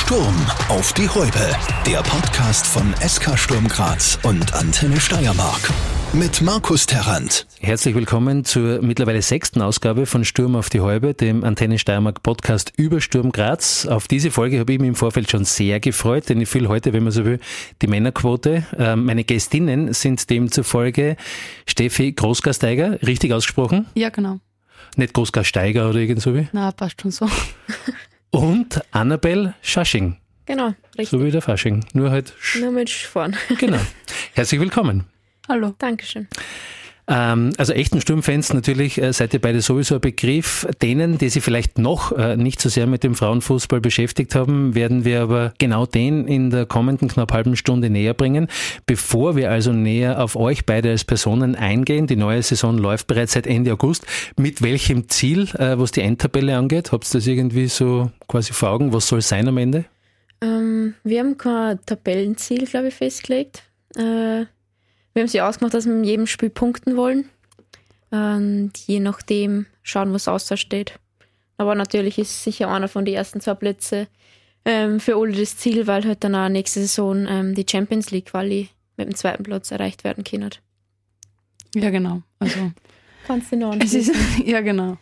Sturm auf die Häupe. Der Podcast von SK Sturm Graz und Antenne Steiermark. Mit Markus Terrant. Herzlich willkommen zur mittlerweile 6. Ausgabe von Sturm auf die Häupe, dem Antenne Steiermark Podcast über Sturm Graz. Auf diese Folge habe ich mich im Vorfeld schon sehr gefreut, denn ich fülle heute, wenn man so will, die Männerquote. Meine Gästinnen sind demzufolge Steffi Großgasteiger, richtig ausgesprochen? Ja, genau. Nicht Großgasteiger oder irgend so wie? Na, passt schon so. Und Annabel Schasching. Genau, richtig. So wie der Fasching, nur halt... Nur mit vorn. Genau. Herzlich willkommen. Hallo. Dankeschön. Also echten Sturmfans natürlich seid ihr beide sowieso ein Begriff. Denen, die sich vielleicht noch nicht so sehr mit dem Frauenfußball beschäftigt haben, werden wir aber genau den in der kommenden knapp halben Stunde näher bringen. Bevor wir also näher auf euch beide als Personen eingehen, die neue Saison läuft bereits seit Ende August. Mit welchem Ziel, was die Endtabelle angeht? Habt ihr das irgendwie so quasi vor Augen? Was soll es sein am Ende? Wir haben kein Tabellenziel, glaube ich, festgelegt. Wir haben sie ausgemacht, dass wir in jedem Spiel punkten wollen und je nachdem schauen, was aussteht. Aber natürlich ist sicher einer von den ersten 2 Plätze für alle das Ziel, weil halt dann auch nächste Saison die Champions League Quali mit dem 2. Platz erreicht werden kann. Ja, genau. Also Kannst du noch nicht. Ja, genau.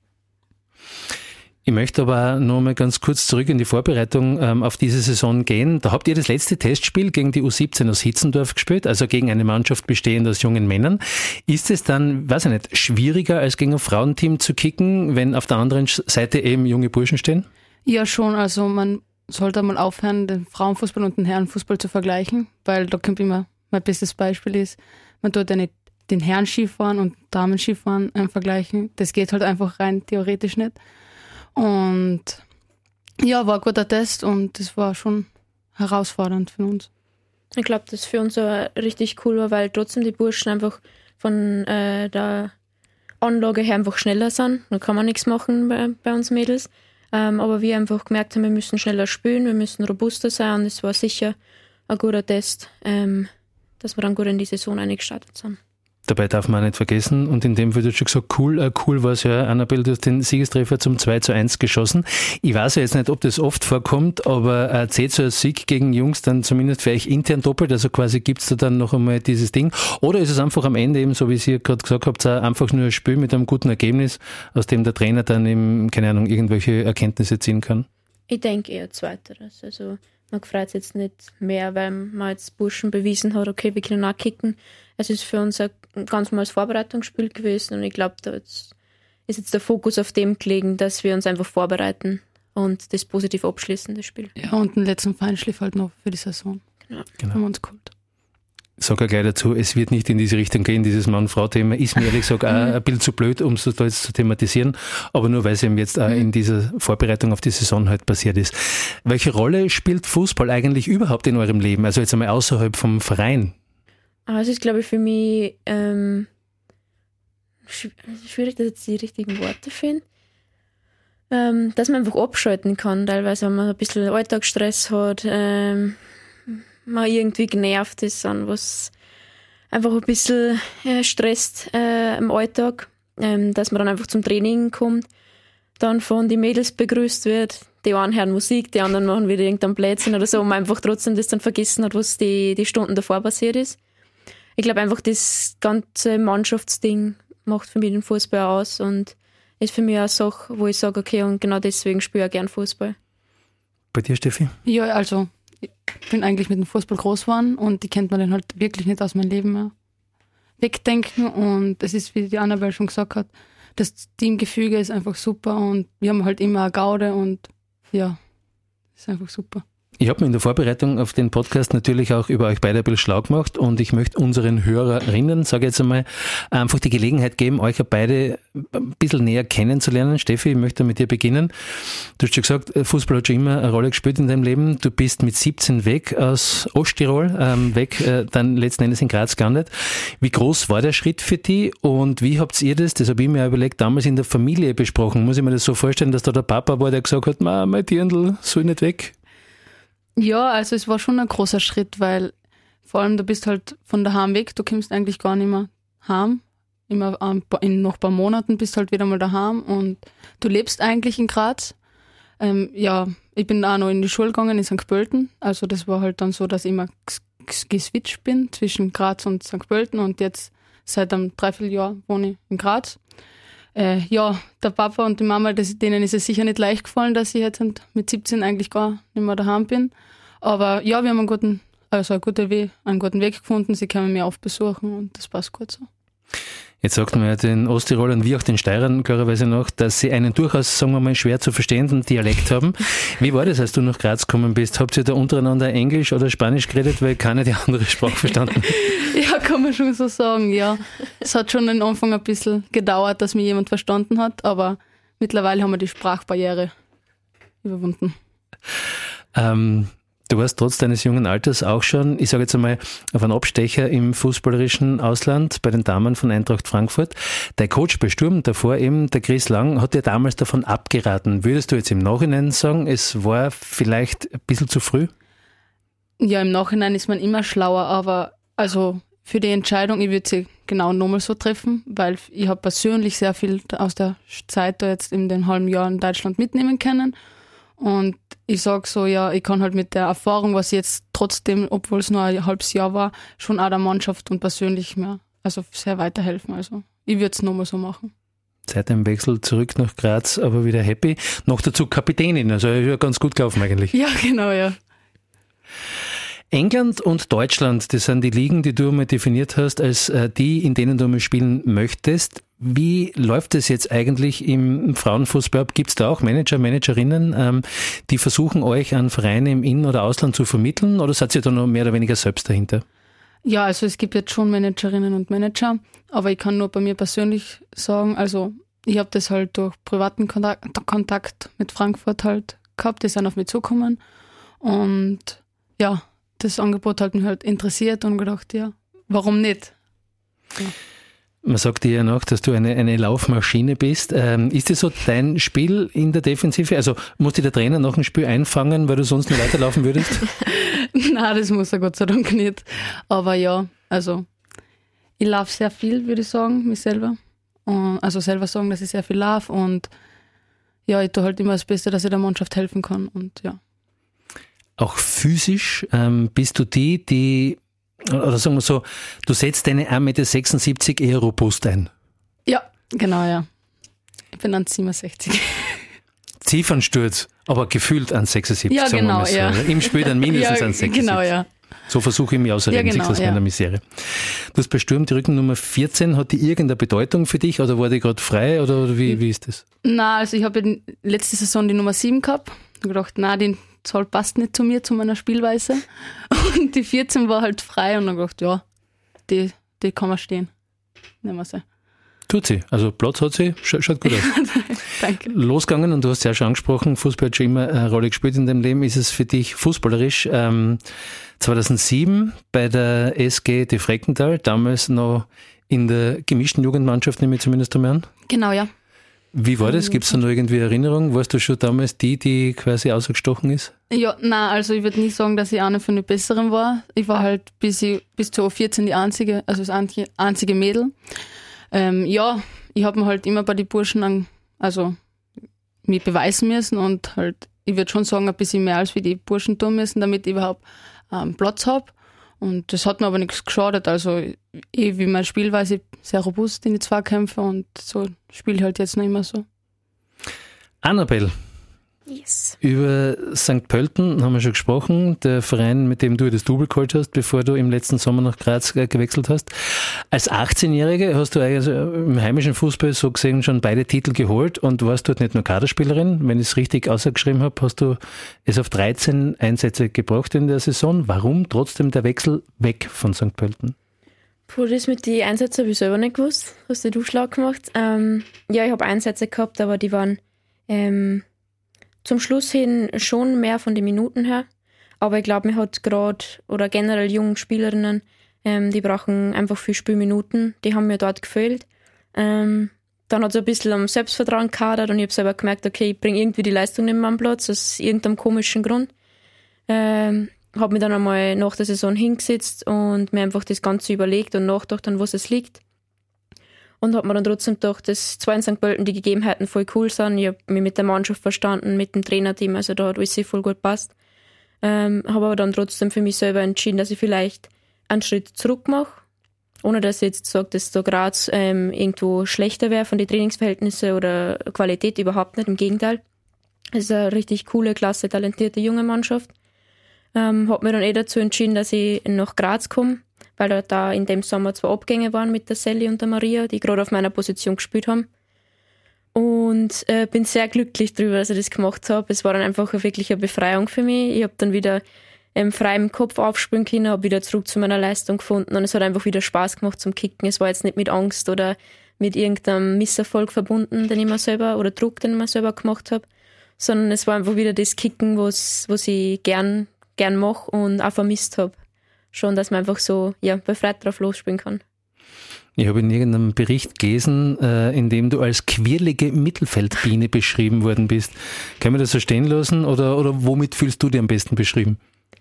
Ich möchte aber noch mal ganz kurz zurück in die Vorbereitung auf diese Saison gehen. Da habt ihr das letzte Testspiel gegen die U17 aus Hitzendorf gespielt, also gegen eine Mannschaft bestehend aus jungen Männern. Ist es dann, weiß ich nicht, schwieriger als gegen ein Frauenteam zu kicken, wenn auf der anderen Seite eben junge Burschen stehen? Ja, schon. Also man sollte mal aufhören, den Frauenfußball und den Herrenfußball zu vergleichen, weil da kommt immer, mein bestes Beispiel ist, man tut ja nicht den Herren-Skifahren und Damen-Skifahren vergleichen. Das geht halt einfach rein theoretisch nicht. Und ja, war ein guter Test und das war schon herausfordernd für uns. Ich glaube, das für uns auch richtig cool war, weil trotzdem die Burschen einfach von der Anlage her einfach schneller sind. Da kann man nichts machen bei uns Mädels. Aber wir einfach gemerkt haben, wir müssen schneller spielen, wir müssen robuster sein und es war sicher ein guter Test, dass wir dann gut in die Saison eingestartet sind. Dabei darf man auch nicht vergessen, und in dem wird jetzt schon gesagt, cool war es ja, Annabel, du hast den Siegestreffer zum 2:1 geschossen. Ich weiß ja jetzt nicht, ob das oft vorkommt, aber zählt so ein Sieg gegen Jungs dann zumindest für euch intern doppelt, also quasi gibt es da dann noch einmal dieses Ding, oder ist es einfach am Ende eben, so wie ihr gerade gesagt habt, einfach nur ein Spiel mit einem guten Ergebnis, aus dem der Trainer dann eben, keine Ahnung, irgendwelche Erkenntnisse ziehen kann? Ich denke eher Zweiteres, also man freut sich jetzt nicht mehr, weil man jetzt Burschen bewiesen hat, okay, wir können auch kicken. Es ist für uns ein ganz normales Vorbereitungsspiel gewesen und ich glaube, da ist jetzt der Fokus auf dem gelegen, dass wir uns einfach vorbereiten und das positiv abschließen, das Spiel. Ja, und den letzten Feinschliff halt noch für die Saison. Genau. Haben wir uns geholt. Ich sage ja gleich dazu, es wird nicht in diese Richtung gehen, dieses Mann-Frau-Thema ist mir ehrlich gesagt auch ein bisschen zu blöd, um es da jetzt zu thematisieren, aber nur weil es eben jetzt auch in dieser Vorbereitung auf die Saison halt passiert ist. Welche Rolle spielt Fußball eigentlich überhaupt in eurem Leben, also jetzt einmal außerhalb vom Verein? Es ist, glaube ich, für mich schwierig, dass ich jetzt die richtigen Worte finde. Dass man einfach abschalten kann, teilweise, wenn man ein bisschen Alltagsstress hat, man irgendwie genervt ist, an was einfach ein bisschen stresst im Alltag, dass man dann einfach zum Training kommt, dann von den Mädels begrüßt wird, die einen hören Musik, die anderen machen wieder irgendeinen Blödsinn oder so, und man einfach trotzdem das dann vergessen hat, was die Stunden davor passiert ist. Ich glaube einfach, das ganze Mannschaftsding macht für mich den Fußball aus und ist für mich eine Sache, wo ich sage, okay, und genau deswegen spiele ich auch gern Fußball. Bei dir, Steffi? Ja, also ich bin eigentlich mit dem Fußball groß geworden und die kennt man dann halt wirklich nicht aus meinem Leben mehr wegdenken, und es ist, wie die Annabel schon gesagt hat, das Teamgefüge ist einfach super und wir haben halt immer eine Gaude und ja, ist einfach super. Ich habe mir in der Vorbereitung auf den Podcast natürlich auch über euch beide ein bisschen schlau gemacht und ich möchte unseren Hörerinnen, sage ich jetzt einmal, einfach die Gelegenheit geben, euch beide ein bisschen näher kennenzulernen. Steffi, ich möchte mit dir beginnen. Du hast schon gesagt, Fußball hat schon immer eine Rolle gespielt in deinem Leben. Du bist mit 17 weg aus Osttirol, dann letzten Endes in Graz gelandet. Wie groß war der Schritt für dich und wie habt ihr das habe ich mir überlegt, damals in der Familie besprochen? Muss ich mir das so vorstellen, dass da der Papa war, der gesagt hat, mein Dirndl soll nicht weg? Ja, also es war schon ein großer Schritt, weil vor allem du bist halt von daheim weg, du kommst eigentlich gar nicht mehr heim. Immer in noch ein paar Monaten bist halt wieder mal daheim und du lebst eigentlich in Graz. Ja, ich bin auch noch in die Schule gegangen in St. Pölten. Also das war halt dann so, dass ich immer geswitcht bin zwischen Graz und St. Pölten und jetzt seit einem Dreivierteljahr wohne ich in Graz. Ja, der Papa und die Mama, denen ist es sicher nicht leicht gefallen, dass ich jetzt mit 17 eigentlich gar nicht mehr daheim bin. Aber ja, wir haben einen guten Weg gefunden. Sie können mich oft besuchen und das passt gut so. Jetzt sagt man ja den Osttirolern wie auch den Steirern klarerweise noch, dass sie einen durchaus, sagen wir mal, schwer zu verstehenden Dialekt haben. Wie war das, als du nach Graz gekommen bist? Habt ihr da untereinander Englisch oder Spanisch geredet, weil keiner die andere Sprache verstanden hat? Ja, kann man schon so sagen, ja. Es hat schon am Anfang ein bisschen gedauert, dass mich jemand verstanden hat, aber mittlerweile haben wir die Sprachbarriere überwunden. Du warst trotz deines jungen Alters auch schon, ich sage jetzt einmal, auf einen Abstecher im fußballerischen Ausland bei den Damen von Eintracht Frankfurt. Dein Coach bei Sturm davor eben, der Chris Lang, hat dir damals davon abgeraten. Würdest du jetzt im Nachhinein sagen, es war vielleicht ein bisschen zu früh? Ja, im Nachhinein ist man immer schlauer, aber also für die Entscheidung, ich würde sie genau nochmal so treffen, weil ich habe persönlich sehr viel aus der Zeit da jetzt in den halben Jahren in Deutschland mitnehmen können. Und ich sage so, ja, ich kann halt mit der Erfahrung, was ich jetzt trotzdem, obwohl es nur ein halbes Jahr war, schon auch der Mannschaft und persönlich mir sehr weiterhelfen. Also ich würde es nochmal so machen. Seit dem Wechsel zurück nach Graz, aber wieder happy. Noch dazu Kapitänin, also ja, ganz gut gelaufen eigentlich. Ja, genau, ja. England und Deutschland, das sind die Ligen, die du einmal definiert hast, als die, in denen du mal spielen möchtest. Wie läuft es jetzt eigentlich im Frauenfußball? Gibt es da auch Manager, Managerinnen, die versuchen, euch an Vereine im In- oder Ausland zu vermitteln, oder seid ihr da noch mehr oder weniger selbst dahinter? Ja, also es gibt jetzt schon Managerinnen und Manager, aber ich kann nur bei mir persönlich sagen, also ich habe das halt durch privaten Kontakt mit Frankfurt halt gehabt, die sind auf mich zugekommen und ja, das Angebot hat mich halt interessiert und gedacht, ja, warum nicht? Ja. Man sagt dir ja noch, dass du eine Laufmaschine bist. Ist das so dein Spiel in der Defensive? Also muss dich der Trainer nach dem Spiel einfangen, weil du sonst nicht weiterlaufen würdest? Nein, das muss er Gott sei Dank nicht. Aber ja, also ich laufe sehr viel, würde ich sagen, mich selber. Also selber sagen, dass ich sehr viel laufe und ja, ich tue halt immer das Beste, dass ich der Mannschaft helfen kann und ja. Auch physisch bist du die, oder sagen wir so, du setzt deine 1,76 Meter eher robust ein. Ja, genau, ja. Ich bin 1,67 Meter. Ziefernsturz, aber gefühlt 1,76 Meter, ja, sagen genau, wir mal so. Ja. Im Spiel dann mindestens 1,76 Meter. Genau, ja. So versuche ich mich auszureden, ja, genau, aus meiner Misere. Du hast bei Sturm die Rückennummer 14, hat die irgendeine Bedeutung für dich oder war die gerade frei oder wie ist das? Nein, also ich habe letzte Saison die Nummer 7 gehabt und gedacht, nein, die Zahl passt nicht zu mir, zu meiner Spielweise. Und die 14 war halt frei und dann gedacht, ja, die kann man stehen. Nehmen wir sie. Tut sie. Also Platz hat sie, schaut gut aus. Danke. Losgegangen, und du hast es ja schon angesprochen, Fußball hat schon immer eine Rolle gespielt in deinem Leben. Ist es für dich fußballerisch 2007 bei der SG De Freckenthal, damals noch in der gemischten Jugendmannschaft, nehme ich zumindest einmal an? Genau, ja. Wie war das? Gibt es da noch irgendwie Erinnerung? Warst du schon damals die quasi ausgestochen ist? Ja, nein, also ich würde nicht sagen, dass ich eine von den Besseren war. Ich war halt bis zur U14 die einzige, also das einzige Mädel. Ja, ich habe mir halt immer bei den Burschen mich beweisen müssen und halt, ich würde schon sagen, ein bisschen mehr als wie die Burschen tun müssen, damit ich überhaupt Platz habe. Und das hat mir aber nichts geschadet. Also wie meine Spielweise sehr robust in die Zweikämpfe und so spiele ich halt jetzt noch immer so. Annabelle. Yes. Über St. Pölten haben wir schon gesprochen, der Verein, mit dem du das Double geholt hast, bevor du im letzten Sommer nach Graz gewechselt hast. Als 18-Jährige hast du also im heimischen Fußball so gesehen schon beide Titel geholt und warst dort nicht nur Kaderspielerin. Wenn ich es richtig ausgeschrieben habe, hast du es auf 13 Einsätze gebracht in der Saison. Warum trotzdem der Wechsel weg von St. Pölten? Puh, das mit den Einsätzen habe ich selber nicht gewusst. Hast du schlau gemacht? Ja, ich habe Einsätze gehabt, aber die waren zum Schluss hin schon mehr von den Minuten her. Aber ich glaube, mir hat gerade, oder generell jungen Spielerinnen, die brauchen einfach viel Spielminuten. Die haben mir dort gefehlt. Dann hat es ein bisschen am Selbstvertrauen gehadert und ich habe selber gemerkt, okay, ich bringe irgendwie die Leistung nicht mehr am Platz, aus irgendeinem komischen Grund. Habe mich dann einmal nach der Saison hingesetzt und mir einfach das Ganze überlegt und nachgedacht, an was es liegt. und habe mir dann trotzdem gedacht, dass zwar in St. Pölten die Gegebenheiten voll cool sind, ich habe mich mit der Mannschaft verstanden, mit dem Trainerteam, also da hat alles voll gut gepasst. Habe aber dann trotzdem für mich selber entschieden, dass ich vielleicht einen Schritt zurück mache, ohne dass ich jetzt sage, dass da Graz irgendwo schlechter wäre von den Trainingsverhältnissen oder Qualität, überhaupt nicht, im Gegenteil. Es ist eine richtig coole, klasse, talentierte junge Mannschaft. Habe mir dann dazu entschieden, dass ich nach Graz komme, weil da in dem Sommer 2 Abgänge waren mit der Sally und der Maria, die gerade auf meiner Position gespielt haben. Und bin sehr glücklich darüber, dass ich das gemacht habe. Es war dann einfach wirklich eine Befreiung für mich. Ich habe dann wieder frei im Kopf aufspielen können, habe wieder zurück zu meiner Leistung gefunden und es hat einfach wieder Spaß gemacht zum Kicken. Es war jetzt nicht mit Angst oder mit irgendeinem Misserfolg verbunden, den ich mir selber, oder Druck, den ich mir selber gemacht habe, sondern es war einfach wieder das Kicken, was ich gern mache und auch vermisst habe. Schon, dass man einfach so befreit drauf losspielen kann. Ich habe in irgendeinem Bericht gelesen, in dem du als quirlige Mittelfeldbiene beschrieben worden bist. Können wir das so stehen lassen oder womit fühlst du dich am besten beschrieben?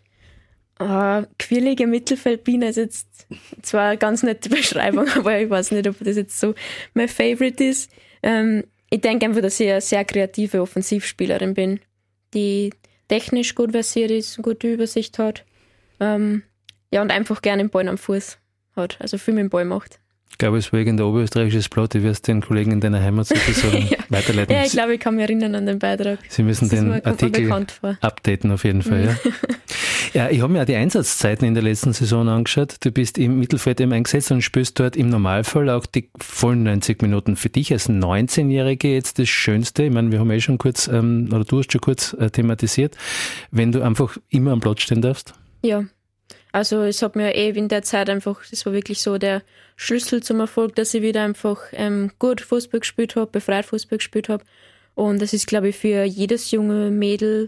Quirlige Mittelfeldbiene ist jetzt zwar eine ganz nette Beschreibung, aber ich weiß nicht, ob das jetzt so mein Favorite ist. Ich denke einfach, dass ich eine sehr kreative Offensivspielerin bin, die technisch gut versiert ist, gute Übersicht hat. Und einfach gerne den Ball am Fuß hat, also viel mit dem Ball macht. Ich glaube, es war irgendein oberösterreichisches Plot, du wirst den Kollegen in deiner Heimat sozusagen weiterleiten. Ja, ich glaube, ich kann mich erinnern an den Beitrag. Sie müssen den Artikel updaten auf jeden Fall. Ja. Ja, ich habe mir auch die Einsatzzeiten in der letzten Saison angeschaut. Du bist im Mittelfeld eben eingesetzt und spielst dort im Normalfall auch die vollen 90 Minuten. Für dich als 19-Jährige jetzt das Schönste, ich meine, wir haben schon kurz, oder du hast schon kurz thematisiert, wenn du einfach immer am Platz stehen darfst? Ja. Also es hat mir in der Zeit einfach, das war wirklich so der Schlüssel zum Erfolg, dass ich wieder einfach gut Fußball gespielt habe, befreit Fußball gespielt habe. Und das ist, glaube ich, für jedes junge Mädel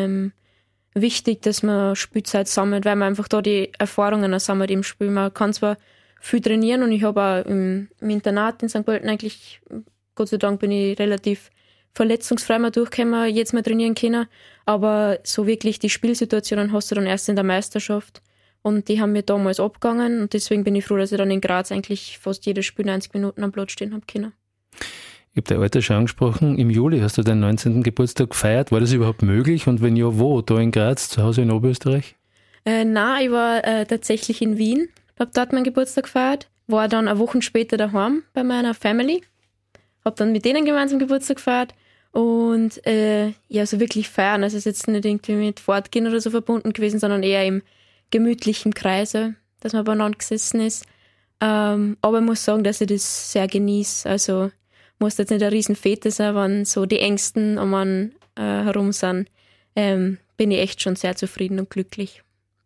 wichtig, dass man Spielzeit sammelt, weil man einfach da die Erfahrungen sammelt im Spiel. Man kann zwar viel trainieren und ich habe auch im Internat in St. Pölten eigentlich, Gott sei Dank bin ich relativ verletzungsfrei mal durchgekommen, jetzt mal trainieren können, aber so wirklich die Spielsituationen hast du dann erst in der Meisterschaft. Und die haben mir damals abgegangen und deswegen bin ich froh, dass ich dann in Graz eigentlich fast jedes Spiel 90 Minuten am Platz stehen habe können. Ich habe dein Alter schon angesprochen. Im Juli hast du deinen 19. Geburtstag gefeiert. War das überhaupt möglich? Und wenn ja, wo? Da in Graz, zu Hause in Oberösterreich? Nein, ich war tatsächlich in Wien. Habe dort meinen Geburtstag gefeiert. War dann eine Woche später daheim bei meiner Family. Habe dann mit denen gemeinsam Geburtstag gefeiert. Und so wirklich feiern. Also es ist jetzt nicht irgendwie mit Fortgehen oder so verbunden gewesen, sondern eher im gemütlichen Kreise, dass man beieinander gesessen ist. Aber ich muss sagen, dass ich das sehr genieße. Also muss jetzt nicht eine riesen Fete sein, wenn so die Ängsten um einen herum sind, bin ich echt schon sehr zufrieden und glücklich.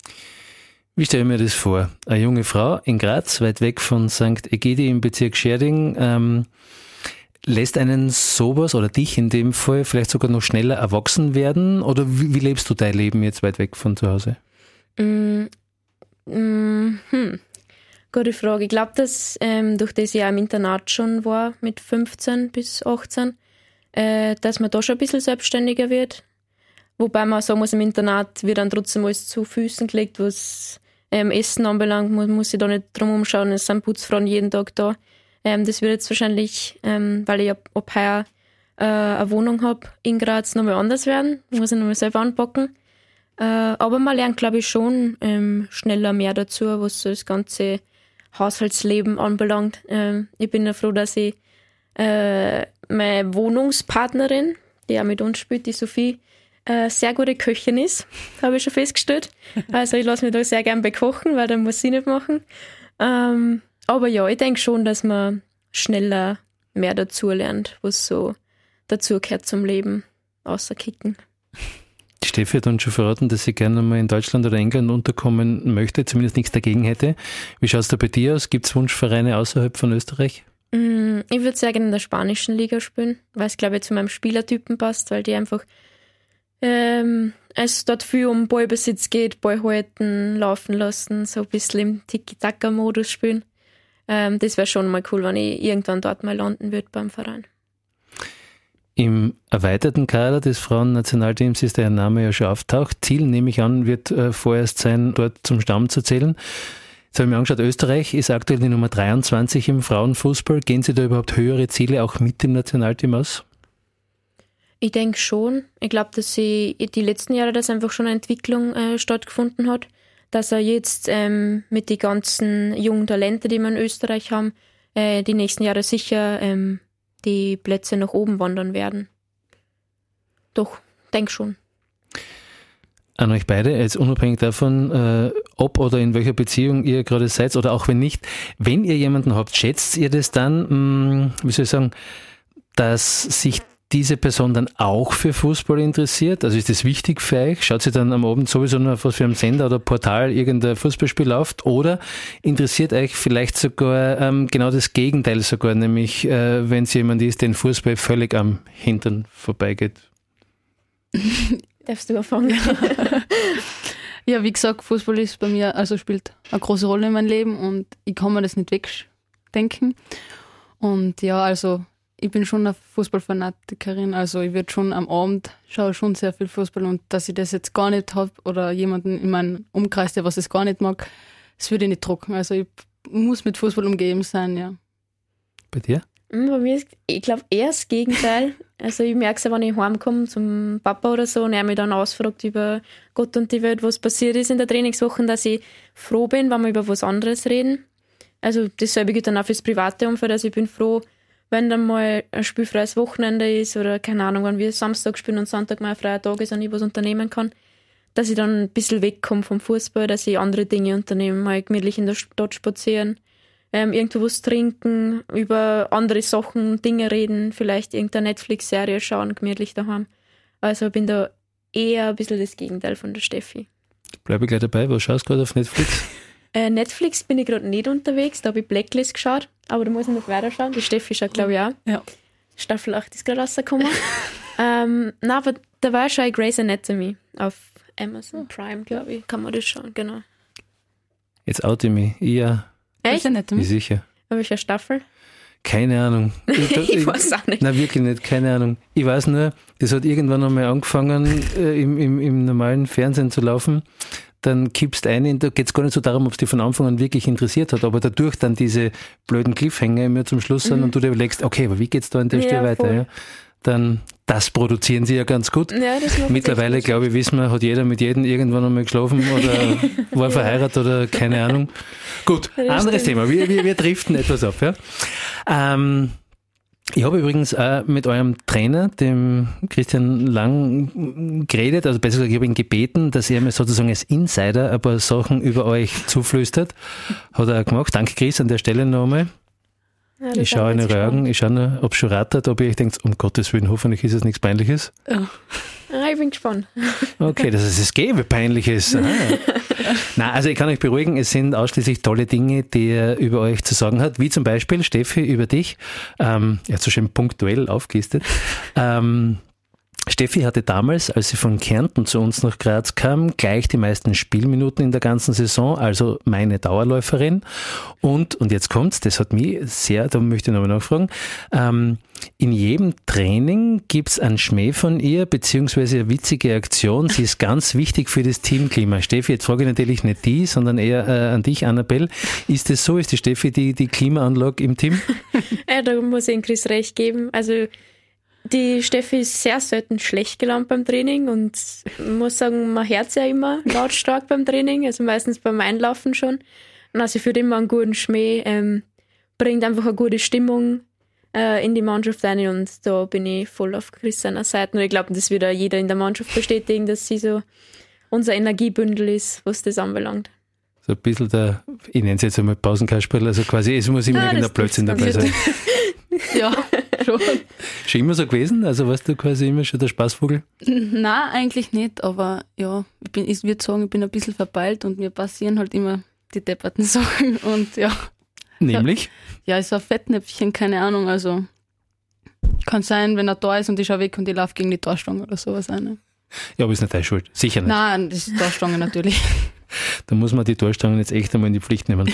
Wie stelle ich mir das vor? Eine junge Frau in Graz, weit weg von St. Egidi im Bezirk Schärding, lässt einen sowas oder dich in dem Fall vielleicht sogar noch schneller erwachsen werden? Oder wie lebst du dein Leben jetzt weit weg von zu Hause? Gute Frage. Ich glaube, dass durch das ich auch im Internat schon war, mit 15 bis 18, dass man da schon ein bisschen selbstständiger wird. Wobei man sagen muss, im Internat wird dann trotzdem alles zu Füßen gelegt, was Essen anbelangt. Man muss sich da nicht drum umschauen, es sind Putzfrauen jeden Tag da. Das wird jetzt wahrscheinlich, weil ich ab heuer eine Wohnung habe in Graz, nochmal anders werden. Muss ich nochmal selber anpacken. Aber man lernt, glaube ich, schon schneller mehr dazu, was so das ganze Haushaltsleben anbelangt. Ich bin ja froh, dass ich meine Wohnungspartnerin, die auch mit uns spielt, die Sophie, sehr gute Köchin ist, habe ich schon festgestellt. Also ich lasse mich da sehr gern bekochen, weil dann muss sie nicht machen. Aber ja, ich denke schon, dass man schneller mehr dazu lernt, was so dazu gehört zum Leben, außer Kicken. Die Steffi hat uns schon verraten, dass sie gerne mal in Deutschland oder England unterkommen möchte, zumindest nichts dagegen hätte. Wie schaut es da bei dir aus? Gibt es Wunschvereine außerhalb von Österreich? Ich würde sehr gerne in der spanischen Liga spielen, weil es, glaube ich, zu meinem Spielertypen passt, weil die einfach es dort viel um Ballbesitz geht, Ball halten, laufen lassen, so ein bisschen im Tiki-Taka-Modus spielen. Das wäre schon mal cool, wenn ich irgendwann dort mal landen würde beim Verein. Im erweiterten Kader des Frauennationalteams ist der Name ja schon auftaucht. Ziel, nehme ich an, wird vorerst sein, dort zum Stamm zu zählen. Jetzt habe ich mir angeschaut, Österreich ist aktuell die Nummer 23 im Frauenfußball. Gehen Sie da überhaupt höhere Ziele auch mit dem Nationalteam aus? Ich denke schon. Ich glaube, dass die letzten Jahre dass einfach schon eine Entwicklung stattgefunden hat. Dass er jetzt mit den ganzen jungen Talenten, die wir in Österreich haben, die nächsten Jahre sicher die Plätze nach oben wandern werden. Doch, denke schon. An euch beide, jetzt unabhängig davon, ob oder in welcher Beziehung ihr gerade seid oder auch wenn nicht, wenn ihr jemanden habt, schätzt ihr das dann, wie soll ich sagen, dass sich diese Person dann auch für Fußball interessiert? Also ist das wichtig für euch? Schaut sie dann am Abend sowieso nur auf was für einem Sender oder Portal irgendein Fußballspiel läuft? Oder interessiert euch vielleicht sogar genau das Gegenteil sogar, nämlich wenn es jemand ist, den Fußball völlig am Hintern vorbeigeht? Darfst du anfangen? Ja, wie gesagt, Fußball ist bei mir, also spielt eine große Rolle in meinem Leben und ich kann mir das nicht wegdenken. Und ja, also ich bin schon eine Fußballfanatikerin, also ich würde schon am Abend schaue schon sehr viel Fußball und dass ich das jetzt gar nicht habe oder jemanden in meinem Umkreis, der was es gar nicht mag, das würde ich nicht drucken. Also ich muss mit Fußball umgeben sein, ja. Bei dir? Bei mir ist, ich glaube, eher das Gegenteil. Also ich merke es, wenn ich heimkomme zum Papa oder so und er mich dann ausfragt über Gott und die Welt, was passiert ist in der Trainingswoche, dass ich froh bin, wenn wir über was anderes reden. Also dasselbe gilt dann auch fürs private Umfeld. Also ich bin froh, wenn dann mal ein spielfreies Wochenende ist oder keine Ahnung, wenn wir Samstag spielen und Sonntag mal ein freier Tag ist und ich was unternehmen kann, dass ich dann ein bisschen wegkomme vom Fußball, dass ich andere Dinge unternehme, mal gemütlich in der Stadt spazieren, irgendwo was trinken, über andere Sachen, Dinge reden, vielleicht irgendeine Netflix-Serie schauen, gemütlich daheim. Also bin da eher ein bisschen das Gegenteil von der Steffi. Bleibe gleich dabei, was schaust du gerade auf Netflix? Netflix bin ich gerade nicht unterwegs, da habe ich Blacklist geschaut, aber da muss ich noch weiter schauen. Die Steffi schaut, glaube ich, auch. Ja. Staffel 8 ist gerade rausgekommen. Nein, aber da war schon Grey's Anatomy auf Amazon Prime, glaube ich. Kann man das schauen, genau. Jetzt oute ich mich. Ja. Echt? Wie sicher? Aber welche Staffel? Keine Ahnung. Ich weiß auch nicht. Nein, wirklich nicht, keine Ahnung. Ich weiß nur, das hat irgendwann einmal angefangen, im normalen Fernsehen zu laufen. Dann kippst ein, da geht es gar nicht so darum, ob es dich von Anfang an wirklich interessiert hat, aber dadurch dann diese blöden Cliffhanger immer zum Schluss sind und du dir überlegst, okay, aber wie geht's da an der Stelle weiter? Ja? Dann, das produzieren sie ja ganz gut. Ja, das mittlerweile, glaube ich, wissen wir, hat jeder mit jedem irgendwann einmal geschlafen oder war verheiratet oder keine Ahnung. Gut, anderes Thema. Wir driften etwas ab. Ja? Ich habe übrigens auch mit eurem Trainer, dem Christian Lang, geredet, also besser gesagt, ich habe ihn gebeten, dass er mir sozusagen als Insider ein paar Sachen über euch zuflüstert. Hat er auch gemacht. Danke, Chris, an der Stelle nochmal. Ja, ich schaue in eure Augen, ich schaue nur, ob es schon rattert, ob ihr euch denkt, um Gottes Willen, hoffentlich ist es nichts Peinliches. Ja. Ich bin gespannt. Okay, dass es gäbe Peinliches. Nein, also ich kann euch beruhigen, es sind ausschließlich tolle Dinge, die er über euch zu sagen hat, wie zum Beispiel, Steffi, über dich. Er hat so schön punktuell aufgelistet. Steffi hatte damals, als sie von Kärnten zu uns nach Graz kam, gleich die meisten Spielminuten in der ganzen Saison, also meine Dauerläuferin. Und jetzt kommt's, das hat mich sehr, da möchte ich nochmal nachfragen, in jedem Training gibt's einen Schmäh von ihr, beziehungsweise eine witzige Aktion. Sie ist ganz wichtig für das Teamklima. Steffi, jetzt frage ich natürlich nicht die, sondern eher an dich, Annabelle. Ist das so? Ist die Steffi die Klimaanlage im Team? Ja, da muss ich Chris recht geben. Also die Steffi ist sehr selten schlecht gelaunt beim Training und ich muss sagen, man hört ja immer lautstark beim Training, also meistens beim Einlaufen schon. Und also führt immer einen guten Schmäh, bringt einfach eine gute Stimmung in die Mannschaft rein und da bin ich voll auf Chris seiner Seite. Und ich glaube, das wird auch jeder in der Mannschaft bestätigen, dass sie so unser Energiebündel ist, was das anbelangt. So ein bisschen ich nenne es jetzt einmal Pausenkasperl, also quasi, es muss immer irgendein Blödsinn dabei sein. Ja, schon. Schon immer so gewesen? Also warst du quasi immer schon der Spaßvogel? Nein, eigentlich nicht, aber ja, ich würde sagen, ich bin ein bisschen verpeilt und mir passieren halt immer die depperten Sachen und ja. Nämlich? Ja, ist ein Fettnäpfchen, keine Ahnung, also kann sein, wenn er da ist und ich schaue weg und ich laufe gegen die Torstange oder sowas ein. Ja, aber ist nicht deine Schuld, sicher nicht. Nein, das ist Torstange natürlich. Da muss man die Torstangen jetzt echt einmal in die Pflicht nehmen.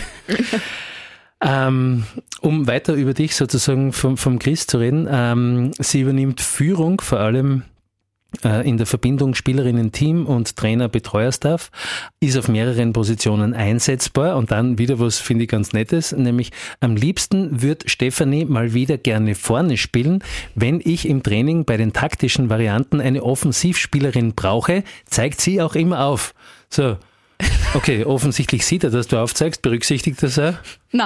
Um weiter über dich sozusagen vom Chris zu reden, sie übernimmt Führung vor allem in der Verbindung Spielerinnen-Team und Trainer-Betreuer-Staff, ist auf mehreren Positionen einsetzbar und dann wieder was, finde ich, ganz Nettes, nämlich am liebsten wird Stefanie mal wieder gerne vorne spielen. Wenn ich im Training bei den taktischen Varianten eine Offensivspielerin brauche, zeigt sie auch immer auf. So, okay, offensichtlich sieht er, dass du aufzeigst, berücksichtigt das auch?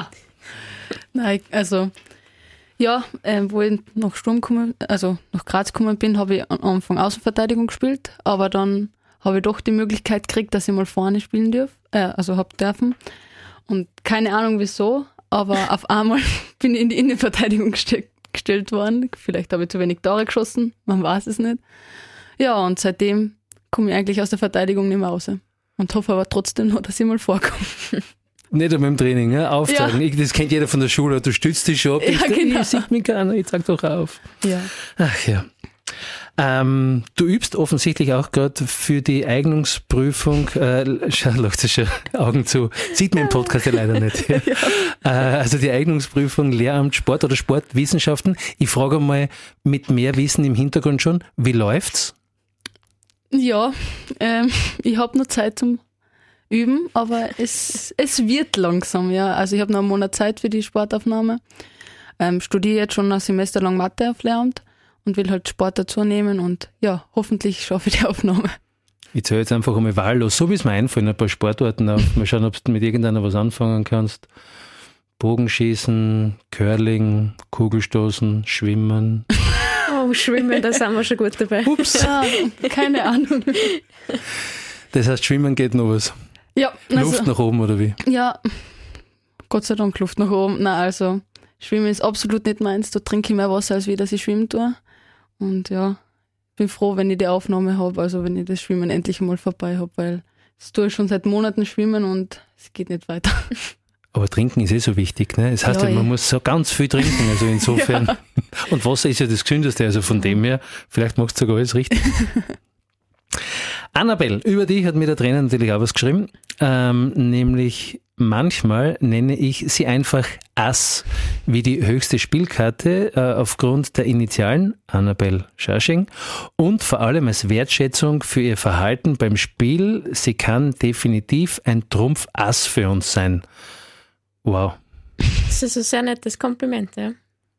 Nein, also... Ja, wo ich nach Graz gekommen bin, habe ich am Anfang Außenverteidigung gespielt, aber dann habe ich doch die Möglichkeit gekriegt, dass ich mal vorne spielen habe dürfen. Und keine Ahnung wieso, aber auf einmal bin ich in die Innenverteidigung gestellt worden. Vielleicht habe ich zu wenig Tore geschossen, man weiß es nicht. Ja, und seitdem komme ich eigentlich aus der Verteidigung nicht mehr raus. Und hoffe aber trotzdem noch, dass ich mal vorkomme. Nicht einmal im Training, ne? Aufzeigen. Ja. Das kennt jeder von der Schule. Du stützt dich schon ab. Ja, genau. Ich sieht mich keiner, ich zeig doch auf. Ja. Ach ja. Du übst offensichtlich auch gerade für die Eignungsprüfung, lacht sich schon Augen zu, sieht man im Podcast ja leider nicht. Ja. Also die Eignungsprüfung Lehramt Sport oder Sportwissenschaften. Ich frage mal mit mehr Wissen im Hintergrund schon, wie läuft's? Ja, ich habe noch Zeit zum Üben, aber es wird langsam, ja. Also ich habe noch einen Monat Zeit für die Sportaufnahme. Studiere jetzt schon ein Semester lang Mathe auf Lehramt und will halt Sport dazu nehmen und ja, hoffentlich schaffe ich die Aufnahme. Ich zähle jetzt einfach einmal wahllos, so wie es mir einfallen, ein paar Sportarten auf. Mal schauen, ob du mit irgendeiner was anfangen kannst. Bogenschießen, Curling, Kugelstoßen, Schwimmen. Oh, Schwimmen, da sind wir schon gut dabei. Ups. Ja, keine Ahnung. Das heißt, Schwimmen geht noch was. Ja, also, Luft nach oben oder wie? Ja, Gott sei Dank Luft nach oben. Nein, also Schwimmen ist absolut nicht meins. Da trinke ich mehr Wasser, als wie dass ich schwimmen tue. Und ja, bin froh, wenn ich die Aufnahme habe, also wenn ich das Schwimmen endlich mal vorbei habe, weil das tue ich schon seit Monaten schwimmen und es geht nicht weiter. Aber trinken ist so wichtig, ne? Das heißt ja, man muss so ganz viel trinken, also insofern. Ja. Und Wasser ist ja das Gesündeste, also von dem her, vielleicht machst du sogar alles richtig. Annabelle, über die hat mir der Trainer natürlich auch was geschrieben, nämlich manchmal nenne ich sie einfach Ass, wie die höchste Spielkarte aufgrund der Initialen, Annabelle Schasching, und vor allem als Wertschätzung für ihr Verhalten beim Spiel. Sie kann definitiv ein Trumpf-Ass für uns sein. Wow. Das ist ein sehr nettes Kompliment, ja.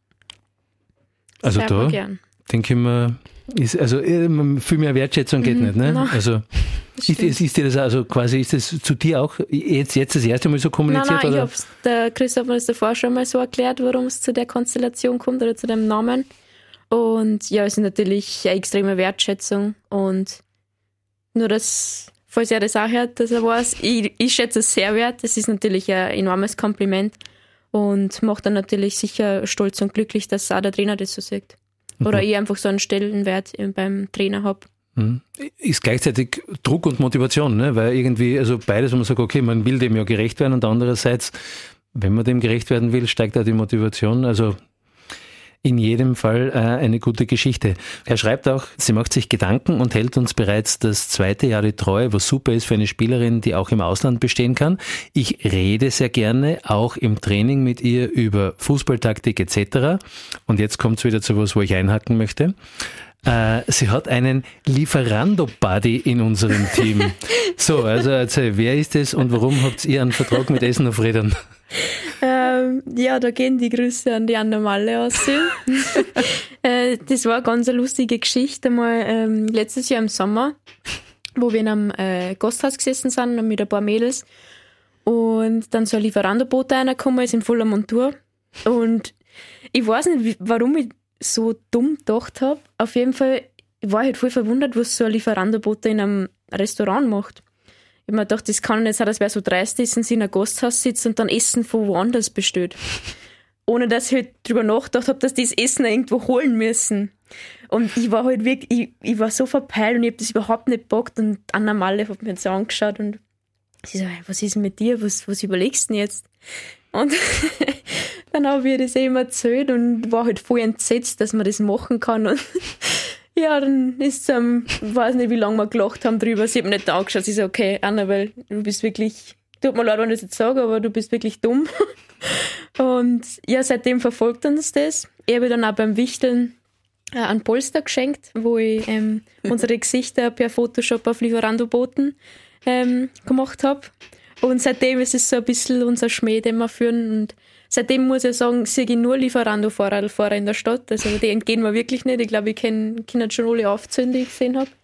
Also sehr da gern. Denke ich mir, viel mehr Wertschätzung geht nicht, ne? No, also ist dir das also quasi, ist das zu dir auch jetzt das erste Mal so kommuniziert? Nein, oder? Der Chris hat mir das davor schon mal so erklärt, warum es zu der Konstellation kommt oder zu dem Namen. Und ja, es ist natürlich eine extreme Wertschätzung und nur das, falls er das auch hört, dass er weiß, ich schätze es sehr wert. Das ist natürlich ein enormes Kompliment und macht dann natürlich sicher stolz und glücklich, dass auch der Trainer das so sieht. Oder ich einfach so einen Stellenwert beim Trainer habe. Ist gleichzeitig Druck und Motivation, ne? Weil irgendwie, also beides, wo man sagt, okay, man will dem ja gerecht werden und andererseits, wenn man dem gerecht werden will, steigt auch die Motivation. Also in jedem Fall eine gute Geschichte. Er schreibt auch, sie macht sich Gedanken und hält uns bereits das 2. Jahr die Treue, was super ist für eine Spielerin, die auch im Ausland bestehen kann. Ich rede sehr gerne, auch im Training mit ihr über Fußballtaktik etc. Und jetzt kommt es wieder zu was, wo ich einhaken möchte. Sie hat einen Lieferando-Buddy in unserem Team. So, also erzähl, wer ist das und warum habt ihr einen Vertrag mit Essen auf Rädern? Ja, da gehen die Grüße an die Anna Malle aus. Das war eine ganz lustige Geschichte. Mal letztes Jahr im Sommer, wo wir in einem Gasthaus gesessen sind mit ein paar Mädels und dann so ein Lieferando-Bote reingekommen ist in voller Montur und ich weiß nicht, warum ich so dumm gedacht habe. Auf jeden Fall war ich halt voll verwundert, was so ein Lieferando-Bote in einem Restaurant macht. Ich habe mir gedacht, das kann nicht sein, dass wer so dreist ist und sie in einem Gasthaus sitzt und dann Essen von woanders bestellt. Ohne dass ich halt drüber nachgedacht habe, dass die das Essen irgendwo holen müssen. Und ich war halt wirklich, ich war so verpeilt und ich habe das überhaupt nicht gepackt und Anna Malle hat mir jetzt so angeschaut und sie so, was ist denn mit dir, was überlegst du denn jetzt? Und dann habe ich das eben erzählt und war halt voll entsetzt, dass man das machen kann. Und ja, dann ist es, weiß nicht, wie lange wir gelacht haben drüber. Sie hat mir nicht angeschaut. Sie so, okay, Annabelle, du bist wirklich, tut mir leid, wenn ich das jetzt sage, aber du bist wirklich dumm. Und ja, seitdem verfolgt uns das. Ich habe dann auch beim Wichteln einen Polster geschenkt, wo ich unsere Gesichter per Photoshop auf Lieferando-Boten gemacht habe. Und seitdem ist es so ein bisschen unser Schmäh, den wir führen. Und seitdem muss ich sagen, sehe ich nur Lieferando-Fahrer in der Stadt. Also die entgehen mir wirklich nicht. Ich glaube, ich kann schon alle aufzählen, die ich gesehen habe.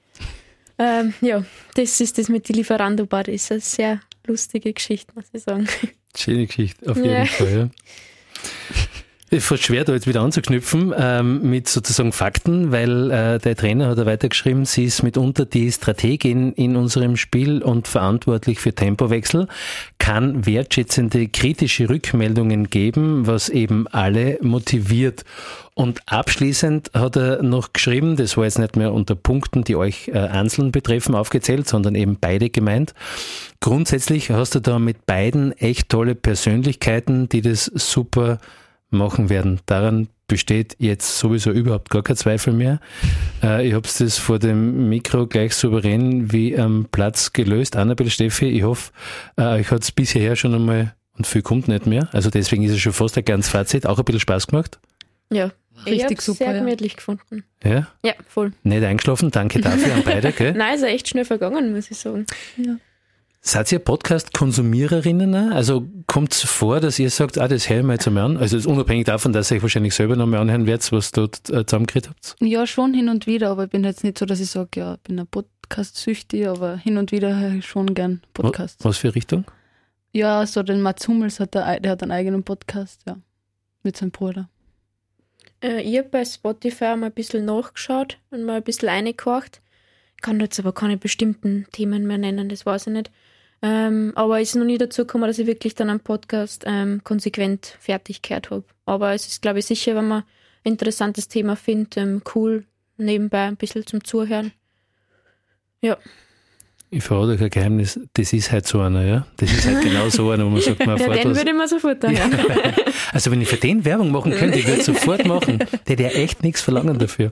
Das ist das mit den Lieferando-Bar. Das ist eine sehr lustige Geschichte, muss ich sagen. Schöne Geschichte, auf jeden Fall. Ja. Es ist fast schwer, da jetzt wieder anzuknüpfen mit sozusagen Fakten, weil der Trainer hat weitergeschrieben, sie ist mitunter die Strategin in unserem Spiel und verantwortlich für Tempowechsel, kann wertschätzende, kritische Rückmeldungen geben, was eben alle motiviert. Und abschließend hat er noch geschrieben, das war jetzt nicht mehr unter Punkten, die euch einzeln betreffen, aufgezählt, sondern eben beide gemeint. Grundsätzlich hast du da mit beiden echt tolle Persönlichkeiten, die das super machen werden. Daran besteht jetzt sowieso überhaupt gar kein Zweifel mehr. Ich habe das vor dem Mikro gleich souverän wie am Platz gelöst. Annabel, Steffi, ich hoffe, euch hat es bisher schon einmal, und viel kommt nicht mehr, also deswegen ist es schon fast ein ganzes Fazit, auch ein bisschen Spaß gemacht. Ja, richtig super. Sehr gemütlich gefunden. Ja? Ja, voll. Nicht eingeschlafen, danke dafür an beide. Gell? Nein, ist echt schnell vergangen, muss ich sagen. Ja. Seid ihr Podcast-Konsumiererinnen auch? Also kommt es vor, dass ihr sagt, das höre ich mir jetzt einmal an? Also ist unabhängig davon, dass ihr euch wahrscheinlich selber noch mal anhören werdet, was ihr dort zusammengekriegt habt? Ja, schon hin und wieder, aber ich bin jetzt nicht so, dass ich sage, ja, ich bin ein Podcast-süchtig, aber hin und wieder höre ich schon gern Podcasts. Was für Richtung? Ja, so den Mats Hummels, der hat einen eigenen Podcast, ja, mit seinem Bruder. Ich habe bei Spotify mal ein bisschen nachgeschaut und mal ein bisschen reingehorcht. Ich kann jetzt aber keine bestimmten Themen mehr nennen, das weiß ich nicht. Aber es ist noch nie dazu gekommen, dass ich wirklich dann einen Podcast konsequent fertig gehört habe. Aber es ist, glaube ich, sicher, wenn man ein interessantes Thema findet, cool, nebenbei ein bisschen zum Zuhören. Ja. Ich verrate euch ein Geheimnis, das ist halt so einer, ja? Das ist halt genau so einer, wo man sagt, man erfährt den würde ich mir sofort anhören. Ja. Also wenn ich für den Werbung machen könnte, ich würde es sofort machen. Der hätte ja echt nichts verlangen dafür.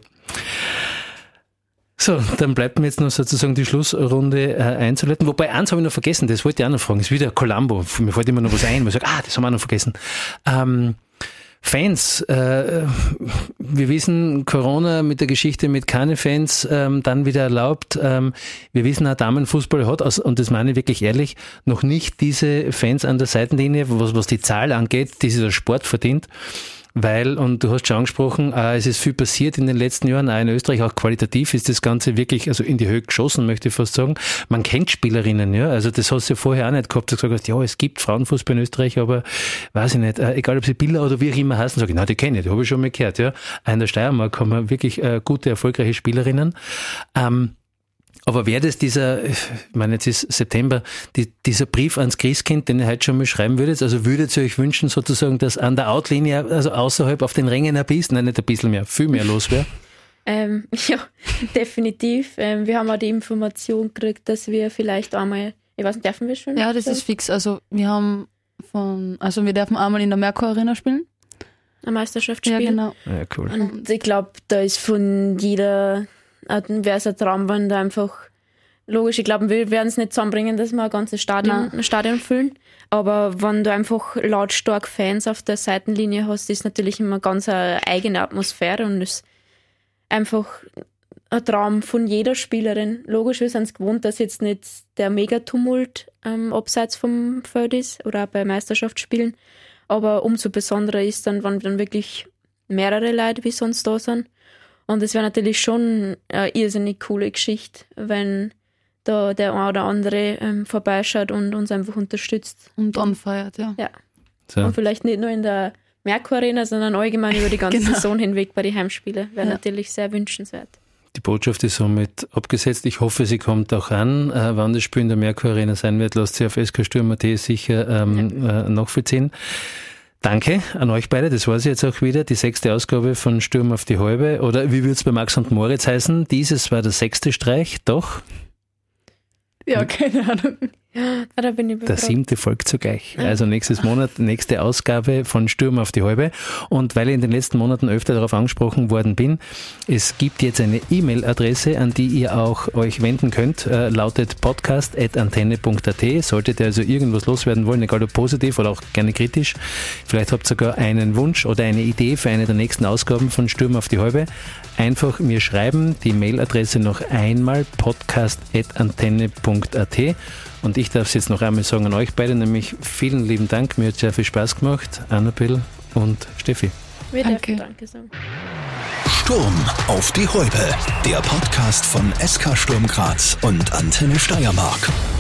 So, dann bleibt mir jetzt noch sozusagen die Schlussrunde einzuleiten. Wobei, eins habe ich noch vergessen, das wollte ich auch noch fragen. Das ist wieder Columbo. Mir fällt immer noch was ein, wo ich sage, das haben wir auch noch vergessen. Fans, wir wissen, Corona mit der Geschichte mit keine Fans dann wieder erlaubt. Wir wissen auch, Damenfußball hat, und das meine ich wirklich ehrlich, noch nicht diese Fans an der Seitenlinie, was die Zahl angeht, die sich der Sport verdient. Weil, und du hast schon angesprochen, es ist viel passiert in den letzten Jahren, auch in Österreich, auch qualitativ ist das Ganze wirklich, also in die Höhe geschossen, möchte ich fast sagen. Man kennt Spielerinnen, ja, also das hast du ja vorher auch nicht gehabt, dass du gesagt hast, ja, es gibt Frauenfußball in Österreich, aber weiß ich nicht, egal ob sie Biller oder wie auch immer heißen, sage ich, nein, die kenne ich, die habe ich schon mal gehört, ja. Auch in der Steiermark haben wir wirklich gute, erfolgreiche Spielerinnen. Aber wäre das dieser, ich meine, jetzt ist September, dieser Brief ans Christkind, den ihr heute schon mal schreiben würdet, also würdet ihr euch wünschen sozusagen, dass an der Outlinie, also außerhalb auf den Rängen ein bisschen, nein, nicht ein bisschen mehr, viel mehr los wäre? Ja, definitiv. Wir haben auch die Information gekriegt, dass wir vielleicht einmal, ich weiß nicht, dürfen wir schon? Ja, das ist fix. Also wir dürfen einmal in der Merkur Arena spielen. Eine Meisterschaft spielen. Ja, genau. Ja, cool. Und ich glaube, da ist von jeder, wäre es ein Traum, wenn da einfach, logisch, ich glaube, wir werden es nicht zusammenbringen, dass wir ein ganzes Stadion füllen, aber wenn du einfach lautstark Fans auf der Seitenlinie hast, ist natürlich immer ganz eine eigene Atmosphäre und ist einfach ein Traum von jeder Spielerin. Logisch, wir sind es gewohnt, dass jetzt nicht der Megatumult abseits vom Feld ist oder auch bei Meisterschaftsspielen, aber umso besonderer ist dann, wenn dann wirklich mehrere Leute wie sonst da sind. Und es wäre natürlich schon eine irrsinnig coole Geschichte, wenn da der eine oder andere vorbeischaut und uns einfach unterstützt. Und anfeiert, ja. Ja. So. Und vielleicht nicht nur in der Merkur Arena, sondern allgemein über die ganze Saison hinweg bei den Heimspielen. Wäre natürlich sehr wünschenswert. Die Botschaft ist somit abgesetzt. Ich hoffe, sie kommt auch an. Wann das Spiel in der Merkur Arena sein wird, lasst sie auf SK-Sturm.at sicher nachvollziehen. Danke an euch beide, das war sie jetzt auch wieder, die 6. Ausgabe von Sturm auf die Halbe, oder wie würde es bei Max und Moritz heißen? Dieses war der 6. Streich, doch? Ja, keine Ahnung. Da bin ich Der 7. folgt zugleich. Also nächstes Monat, nächste Ausgabe von Sturm auf die Halbe. Und weil ich in den letzten Monaten öfter darauf angesprochen worden bin, es gibt jetzt eine E-Mail-Adresse, an die ihr auch euch wenden könnt, lautet podcast@antenne.at. Solltet ihr also irgendwas loswerden wollen, egal ob positiv oder auch gerne kritisch, vielleicht habt ihr sogar einen Wunsch oder eine Idee für eine der nächsten Ausgaben von Sturm auf die Halbe, einfach mir schreiben, die Mailadresse noch einmal podcast@antenne.at. Und ich darf es jetzt noch einmal sagen an euch beide, nämlich vielen lieben Dank, mir hat sehr viel Spaß gemacht, Annabel und Steffi. Danke sagen. Sturm auf die Häupe, der Podcast von SK Sturm Graz und Antenne Steiermark.